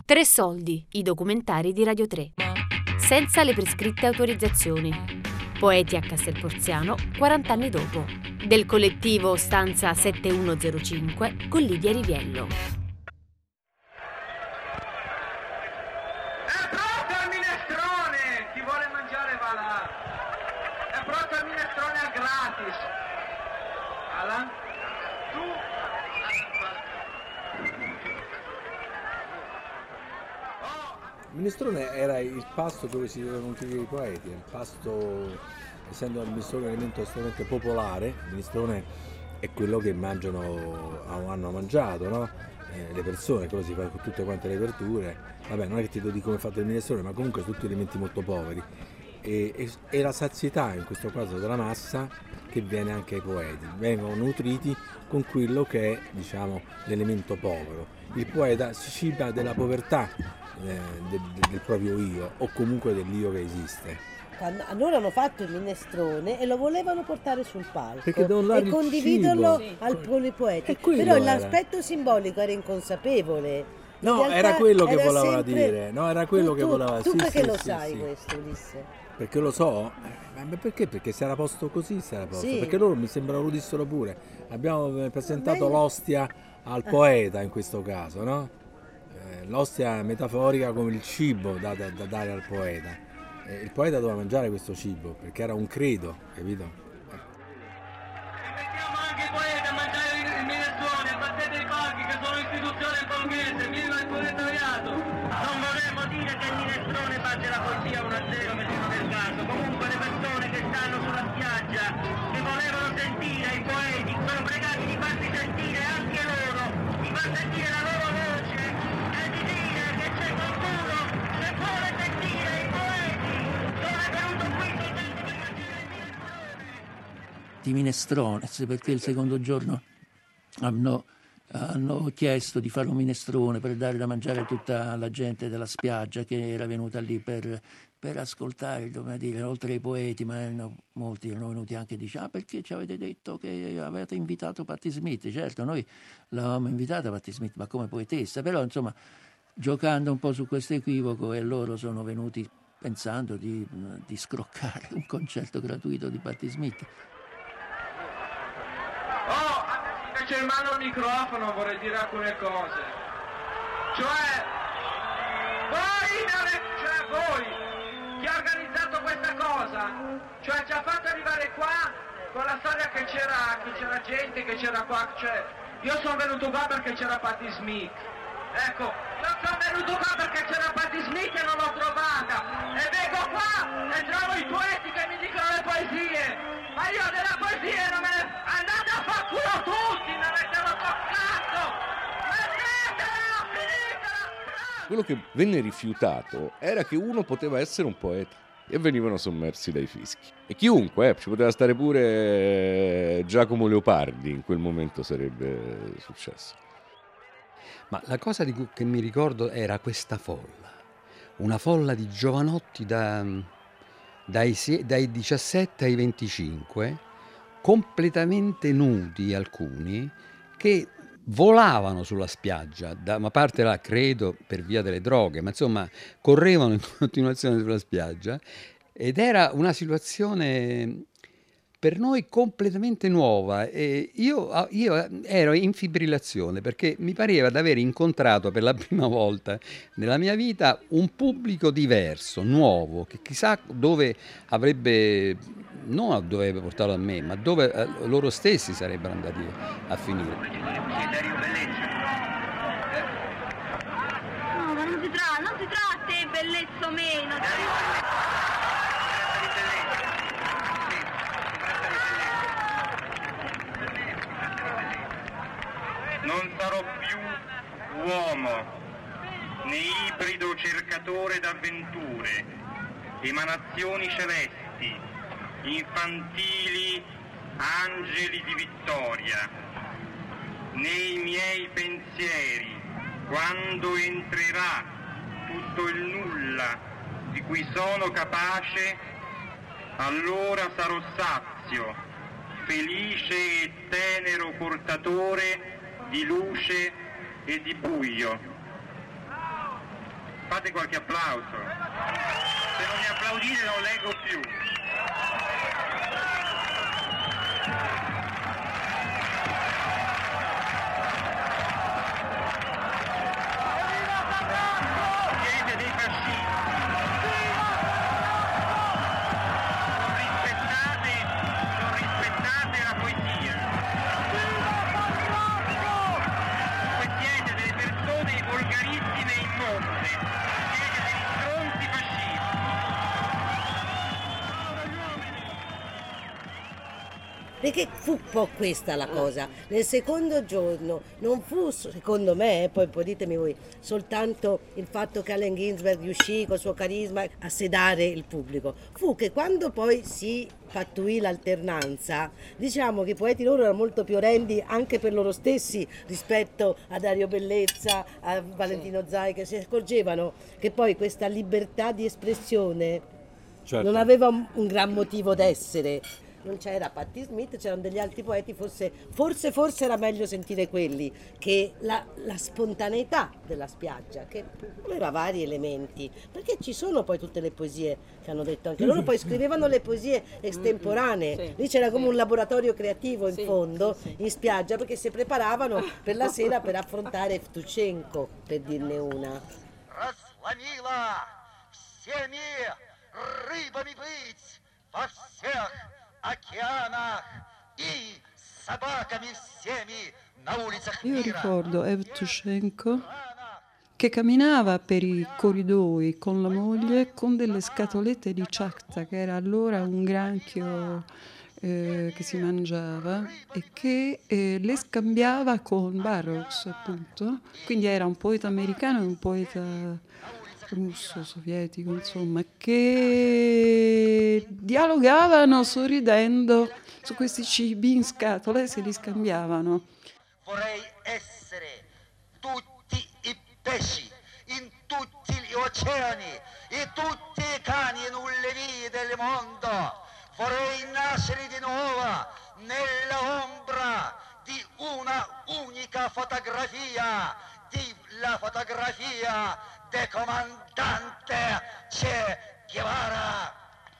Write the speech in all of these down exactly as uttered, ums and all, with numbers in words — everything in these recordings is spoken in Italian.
Tre soldi, i documentari di Radio tre. Senza le prescritte autorizzazioni. Poeti a Castel Porziano, quaranta anni dopo. Del collettivo Stanza settantunocinque con Lidia Riviello. È pronto il minestrone! Chi vuole mangiare va là. È pronto il minestrone a gratis. Alan, tu... Il minestrone era il pasto dove si dovevano nutrire i poeti, il pasto, essendo il minestrone un alimento estremamente popolare, il minestrone è quello che mangiano o hanno mangiato, no? Eh, le persone, quello si fa con tutte quante le verdure, vabbè non è che ti dico come è fatto il minestrone, ma comunque sono tutti alimenti molto poveri e, e, e la sazietà in questo caso della massa che viene anche ai poeti, vengono nutriti con quello che è, diciamo, l'elemento povero. Il poeta si ciba della povertà Eh, del, del proprio io o comunque dell'io che esiste. Allora hanno fatto il minestrone e lo volevano portare sul palco e condividerlo al sì. poeti, però era. L'aspetto simbolico era inconsapevole. No, era quello che era voleva sempre... dire. No, era quello tu, che tu, voleva Tu sì, perché sì, lo sì, sai sì. questo, Ulisse? Perché lo so. Eh, ma perché? Perché si era posto così, si era posto. Sì. Perché loro mi sembra lo dissero pure. Abbiamo presentato Beh... l'ostia al poeta in questo caso, no? L'ostia metaforica come il cibo da, da, da dare al poeta. Eh, il poeta doveva mangiare questo cibo perché era un credo, capito? Mettiamo anche i poeti a mangiare il minestrone, battete i palchi che sono istituzione borghese, viva il proletariato! Non vorremmo dire che il minestrone face la poesia uno a zero persino del caso. Comunque le persone che stanno sulla spiaggia, che volevano sentire i poeti, sono pregati di farsi sentire anche loro, di far sentire la loro voce. Di minestrone, perché il secondo giorno hanno, hanno chiesto di fare un minestrone per dare da mangiare a tutta la gente della spiaggia che era venuta lì per, per ascoltare, come dire, oltre ai poeti, ma erano, molti erano venuti anche e dicevano: ah, perché ci avete detto che avete invitato Patti Smith? Certo, noi l'avevamo invitata Patti Smith, ma come poetessa, però insomma giocando un po' su questo equivoco, e loro sono venuti pensando di, di scroccare un concerto gratuito di Patti Smith. Oh, che c'è in mano il microfono, vorrei dire alcune cose. Cioè, voi, cioè voi, chi ha organizzato questa cosa, cioè ci ha fatto arrivare qua con la storia che c'era, che c'era gente, che c'era qua, cioè, io sono venuto qua perché c'era Patti Smith. Ecco, non sono venuto qua perché c'era Patti Smith e non l'ho trovata. E vengo qua e trovo i poeti che mi dicono le poesie. Ma io della poesia non me ne... Andate a far culo tutti, non avete lo toccato! Mettetela, finitela! Quello che venne rifiutato era che uno poteva essere un poeta e venivano sommersi dai fischi. E chiunque, eh, ci poteva stare pure Giacomo Leopardi, in quel momento sarebbe successo. Ma la cosa di cui che mi ricordo era questa folla, una folla di giovanotti da... Dai, dai diciassette ai venticinque, completamente nudi alcuni, che volavano sulla spiaggia, da una parte là credo per via delle droghe, ma insomma correvano in continuazione sulla spiaggia, ed era una situazione per noi completamente nuova. E io, io ero in fibrillazione perché mi pareva di aver incontrato per la prima volta nella mia vita un pubblico diverso, nuovo, che chissà dove avrebbe, non dove avrebbe portato a me, ma dove eh, loro stessi sarebbero andati a finire. No, ma non si tratta, non si tratta di bellezza o meno. Non sarò più uomo, né ibrido cercatore d'avventure, emanazioni celesti, infantili angeli di vittoria, nei miei pensieri, quando entrerà tutto il nulla di cui sono capace, allora sarò sazio, felice e tenero portatore di luce e di buio. fate qualche applauso. Se non mi applaudite non leggo più. Siete dei fascisti. Non rispettate, non rispettate la poesia. Voi siete delle persone volgarissime e immonde. Siete degli stronzi fascisti. Perché fu un po' questa la cosa. Nel secondo giorno non fu, secondo me, poi, poi ditemi voi, soltanto il fatto che Allen Ginsberg riuscì col suo carisma a sedare il pubblico. Fu che quando poi si pattuì l'alternanza, diciamo che i poeti loro erano molto più orrendi anche per loro stessi rispetto a Dario Bellezza, a Valentino Zai, che si accorgevano che poi questa libertà di espressione Certo. non aveva un, un gran motivo d'essere. Non c'era Patti Smith, c'erano degli altri poeti, forse, forse, forse era meglio sentire quelli, che la, la spontaneità della spiaggia, che aveva vari elementi, perché ci sono poi tutte le poesie che hanno detto anche loro, poi scrivevano le poesie estemporanee, Sì, lì c'era come sì. un laboratorio creativo in Sì, fondo, sì, sì. in spiaggia, perché si preparavano per la sera per affrontare Евтушенко, per dirne una. Расслонила всеми рыбами быть во всех океанах и собаками всеми на улицах Io мира. ricordo Evtushenko che camminava per i corridoi con la moglie con delle scatolette di ciatta, che era allora un granchio eh, che si mangiava, e che eh, le scambiava con Burroughs, appunto. Quindi era un poeta americano e un poeta russo, sovietico, insomma, che dialogavano sorridendo su questi cibi in scatole, se li scambiavano. Vorrei essere tutti i pesci in tutti gli oceani e tutti i cani nulle vie del mondo. Vorrei nascere di nuovo nella ombra di una unica fotografia, di la fotografia del comandante Che Guevara.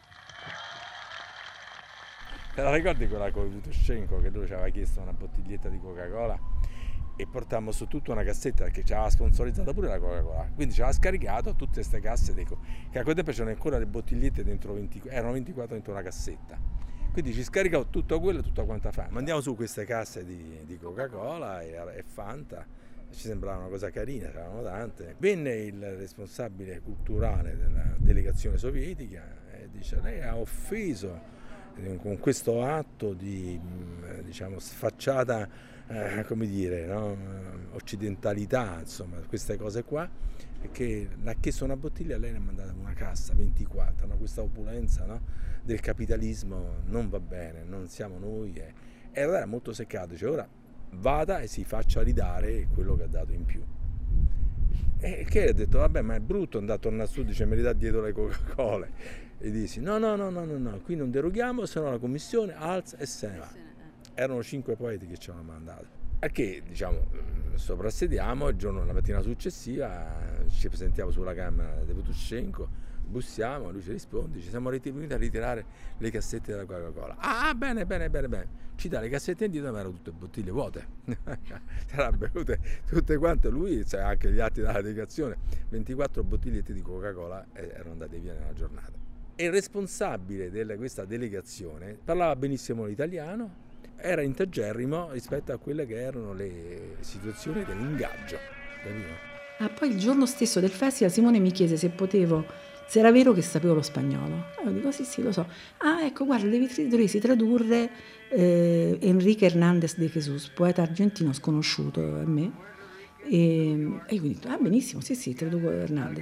Te la ricordi quella con Evtushenko che lui ci aveva chiesto una bottiglietta di Coca-Cola e portammo su tutta una cassetta, perché ci aveva sponsorizzato pure la Coca-Cola, quindi ci aveva scaricato tutte queste casse di co- che a quel tempo c'erano ancora le bottigliette dentro venti, erano ventiquattro dentro una cassetta, quindi ci scaricavo tutto quello e tutta quanta fame. Mandiamo su queste casse di, di Coca-Cola e, e Fanta, ci sembrava una cosa carina, c'erano tante. Venne il responsabile culturale della delegazione sovietica e dice: lei ha offeso con questo atto di, diciamo, sfacciata, eh, come dire, no? occidentalità, insomma, queste cose qua, che l'ha chiesto una bottiglia e lei ne ha mandata una cassa, ventiquattro, no? Questa opulenza, no? del capitalismo non va bene, non siamo noi. E, e allora era molto seccato, dice: ora vada e si faccia ridare quello che ha dato in più. E che ha detto: vabbè, ma è brutto andare a tornare su, dice: me li dà dietro le Coca-Cola. E dici: no, no, no, no, no, no, qui non deroghiamo, se no la commissione alza e se ne va. Erano cinque poeti che ci avevano mandato. A che, diciamo, soprassediamo, il giorno, la mattina successiva ci presentiamo sulla camera di Evtushenko, bussiamo, lui ci risponde: ci siamo venuti a ritirare le cassette della Coca-Cola. Ah, bene, bene, bene, bene. Ci dà le cassette indietro, ma erano tutte bottiglie vuote. C'erano bevute tutte quante, lui, cioè anche gli atti della delegazione, ventiquattro bottigliette di Coca-Cola erano andate via nella giornata. E il responsabile di questa delegazione parlava benissimo l'italiano, era integerrimo rispetto a quelle che erano le situazioni dell'ingaggio, capito? Ah, poi il giorno stesso del festival Simone mi chiese se potevo, se era vero che sapevo lo spagnolo. E io dico: sì, sì, lo so. Ah, ecco, guarda, devi, dovresti tradurre eh, Enrique Hernández de Jesús, poeta argentino sconosciuto a me. E, e io dico: ah, benissimo, sì, sì, traduco Hernández.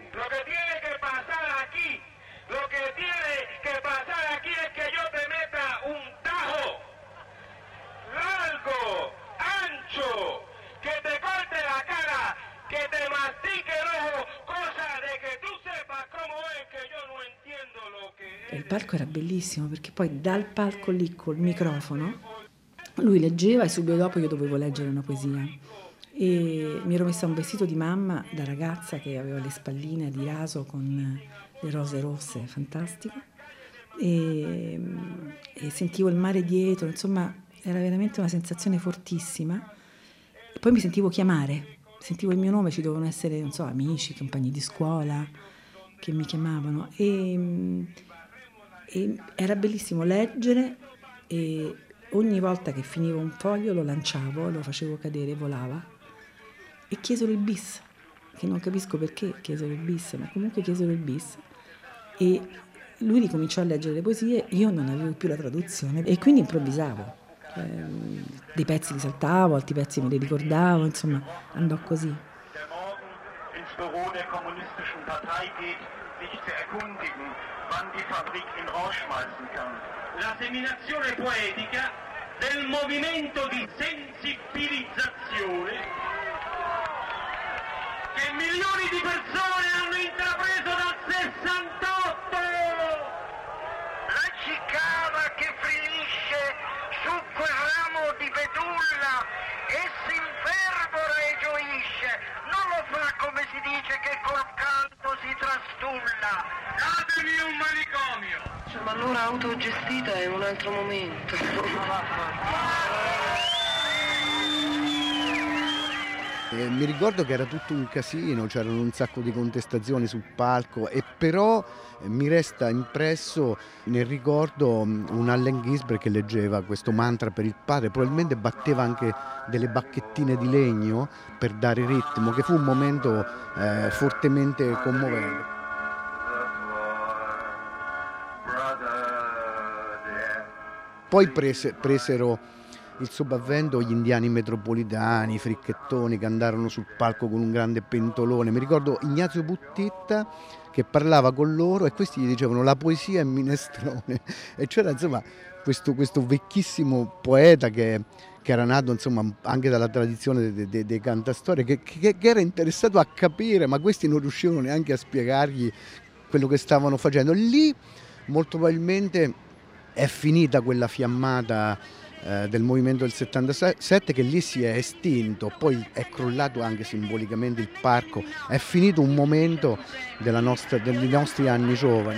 Lo que tiene que pasar aquí es que yo te meta un tajo largo, ancho, que te corte la cara, que te mastique el ojo, cosa de que tú sepas cómo es que yo no entiendo lo que es. E il palco era bellissimo, perché poi dal palco lì col microfono lui leggeva e subito dopo io dovevo leggere una poesia. e mi ero messa un vestito di mamma da ragazza che aveva le spalline di raso con le rose rosse, fantastico, e, e sentivo il mare dietro, insomma era veramente una sensazione fortissima. E poi mi sentivo chiamare, sentivo il mio nome, ci dovevano essere, non so, amici, compagni di scuola che mi chiamavano, e, e era bellissimo leggere, e ogni volta che finivo un foglio lo lanciavo, lo facevo cadere, volava, e chiesero il bis, che non capisco perché chiesero il bis, ma comunque chiesero il bis, e lui ricominciò a leggere le poesie, io non avevo più la traduzione e quindi improvvisavo, cioè, dei pezzi li saltavo, altri pezzi me li ricordavo, insomma andò così. Der morgen ins Büro der kommunistischen Partei geht, sich zu erkundigen, wann die Fabrik in Rauch schmeißen kann. La seminazione poetica del movimento di sensibilizzazione che milioni di persone hanno intrapreso dal sessantotto. La cicala che frilisce su quel ramo di betulla e si infervora e gioisce, non lo fa come si dice che col canto si trastulla. Datemi un manicomio. Cioè, ma allora autogestita è un altro momento. Eh, mi ricordo che era tutto un casino, c'erano un sacco di contestazioni sul palco, e però eh, mi resta impresso nel ricordo um, un Allen Ginsberg che leggeva questo mantra per il padre, probabilmente batteva anche delle bacchettine di legno per dare ritmo, che fu un momento eh, fortemente commovente. Poi prese, presero il sopravvento gli indiani metropolitani, i fricchettoni che andarono sul palco con un grande pentolone. Mi ricordo Ignazio Buttitta che parlava con loro e questi gli dicevano la poesia è minestrone, e c'era insomma questo, questo vecchissimo poeta che, che era nato insomma anche dalla tradizione dei, dei, dei cantastorie, che, che, che era interessato a capire, ma questi non riuscivano neanche a spiegargli quello che stavano facendo. Lì molto probabilmente è finita quella fiammata del movimento del settantasette, che lì si è estinto, poi è crollato anche simbolicamente il parco, è finito un momento della nostra, dei nostri anni giovani.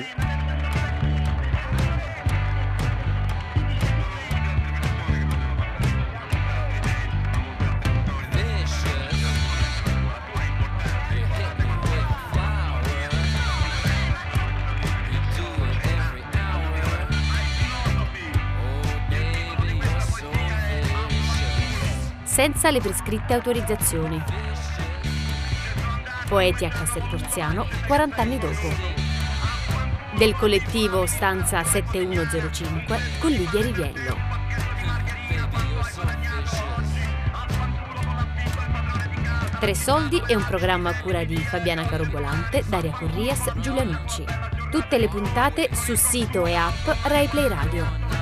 Senza le prescritte autorizzazioni. Poeti a Castelporziano, quaranta anni dopo. Del collettivo Stanza settantunocentocinque con Lidia Riviello. Tre soldi è un programma a cura di Fabiana Carobolante, Daria Corrias, Giulia Nucci. Tutte le puntate su sito e app Rai Play Radio.